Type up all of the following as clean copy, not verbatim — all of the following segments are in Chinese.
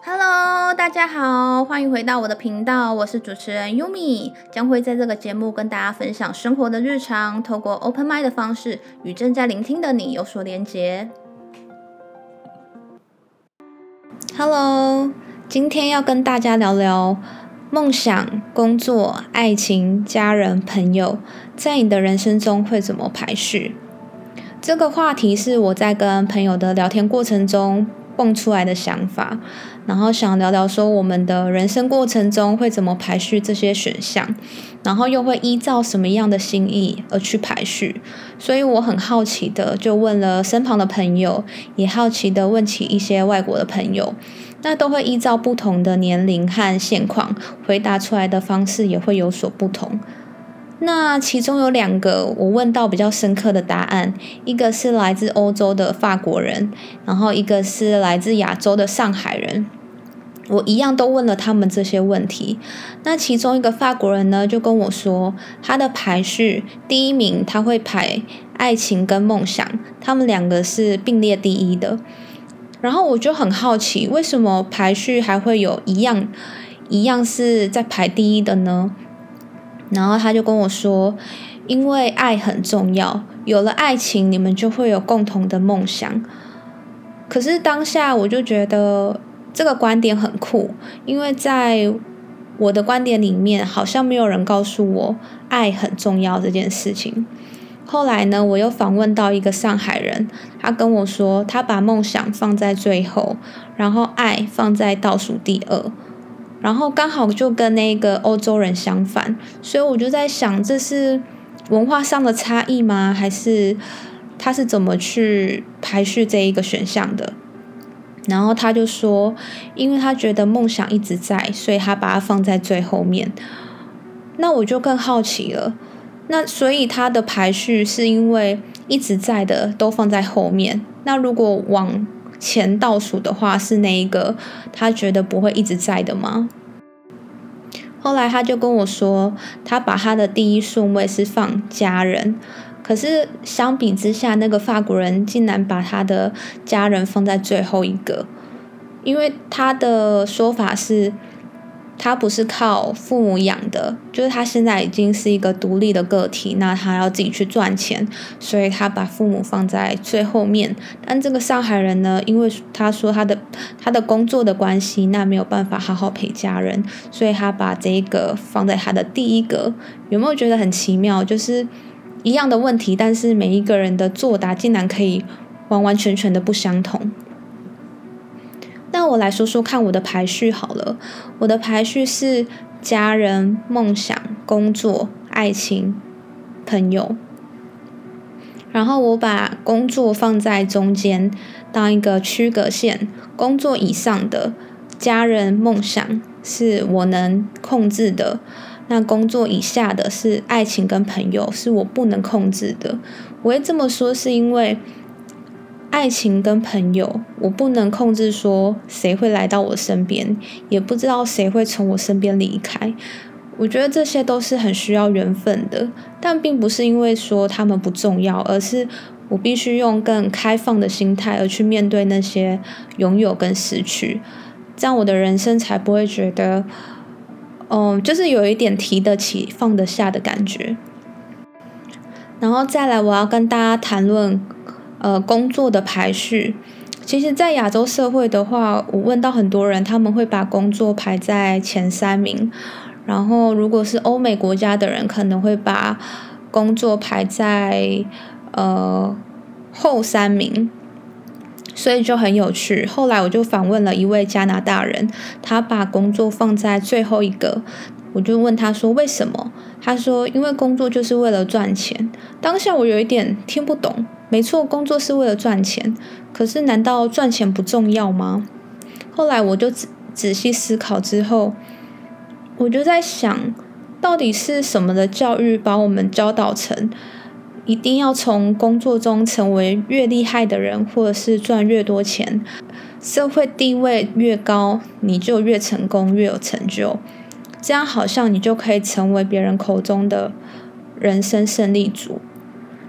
Hello，大家好，欢迎回到我的频道，我是主持人 Yumi， 将会在这个节目跟大家分享生活的日常，透过 Open Mind 的方式，与正在聆听的你有所连结。Hello， 今天要跟大家聊聊梦想、工作、爱情、家人、朋友，在你的人生中会怎么排序？这个话题是我在跟朋友的聊天过程中蹦出来的想法，然后想聊聊说我们的人生过程中会怎么排序这些选项，然后又会依照什么样的心意而去排序。所以我很好奇的就问了身旁的朋友，也好奇的问起一些外国的朋友，那都会依照不同的年龄和现况，回答出来的方式也会有所不同。那其中有2个我问到比较深刻的答案，一个是来自欧洲的法国人，然后一个是来自亚洲的上海人。我一样都问了他们这些问题。那其中一个法国人呢，就跟我说，他的排序第一名他会排爱情跟梦想，他们2个是并列第一的。然后我就很好奇，为什么排序还会有一样是在排第一的呢？然后他就跟我说，因为爱很重要，有了爱情，你们就会有共同的梦想。可是当下我就觉得这个观点很酷，因为在我的观点里面，好像没有人告诉我爱很重要这件事情。后来呢，我又访问到一个上海人，他跟我说，他把梦想放在最后，然后爱放在倒数第2。然后刚好就跟那个欧洲人相反，所以我就在想，这是文化上的差异吗？还是他是怎么去排序这一个选项的？然后他就说，因为他觉得梦想一直在，所以他把它放在最后面。那我就更好奇了，那所以他的排序是因为一直在的都放在后面，那如果往前倒数的话，是那一个他觉得不会一直在的吗？后来他就跟我说，他把他的第一顺位是放家人，可是相比之下，那个法国人竟然把他的家人放在最后一个，因为他的说法是，他不是靠父母养的，就是他现在已经是一个独立的个体，那他要自己去赚钱，所以他把父母放在最后面。但这个上海人呢，因为他说他的工作的关系，那没有办法好好陪家人，所以他把这个放在他的第一个。有没有觉得很奇妙？就是一样的问题，但是每一个人的作答竟然可以完完全全的不相同。那我来说说看我的排序好了，我的排序是家人、梦想、工作、爱情、朋友。然后我把工作放在中间，当一个区隔线，工作以上的家人、梦想是我能控制的，那工作以下的是爱情跟朋友，是我不能控制的。我会这么说是因为爱情跟朋友，我不能控制说谁会来到我身边，也不知道谁会从我身边离开。我觉得这些都是很需要缘分的，但并不是因为说他们不重要，而是我必须用更开放的心态而去面对那些拥有跟失去，这样我的人生才不会觉得，就是有一点提得起放得下的感觉。然后再来，我要跟大家谈论工作的排序。其实在亚洲社会的话，我问到很多人，他们会把工作排在前3名，然后如果是欧美国家的人，可能会把工作排在后3名，所以就很有趣。后来我就访问了一位加拿大人，他把工作放在最后一个，我就问他说为什么？他说因为工作就是为了赚钱。当下我有一点听不懂，没错，工作是为了赚钱，可是难道赚钱不重要吗？后来我就仔细思考之后，我就在想，到底是什么的教育把我们教导成一定要从工作中成为越厉害的人，或者是赚越多钱，社会地位越高，你就越成功越有成就，这样好像你就可以成为别人口中的人生胜利组。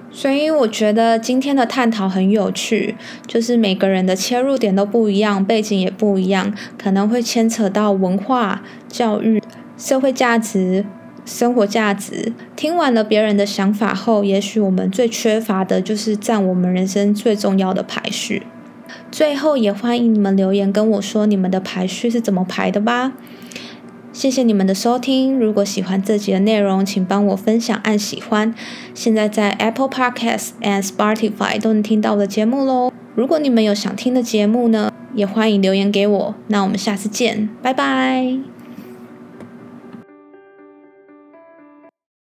所以我觉得今天的探讨很有趣，就是每个人的切入点都不一样，背景也不一样，可能会牵扯到文化、教育、社会价值、生活价值。听完了别人的想法后，也许我们最缺乏的就是占我们人生最重要的排序。最后也欢迎你们留言跟我说你们的排序是怎么排的吧。谢谢你们的收听，如果喜欢这集的内容，请帮我分享按喜欢。现在在 Apple Podcasts and Spotify 都能听到我的节目咯。如果你们有想听的节目呢，也欢迎留言给我。那我们下次见，拜拜。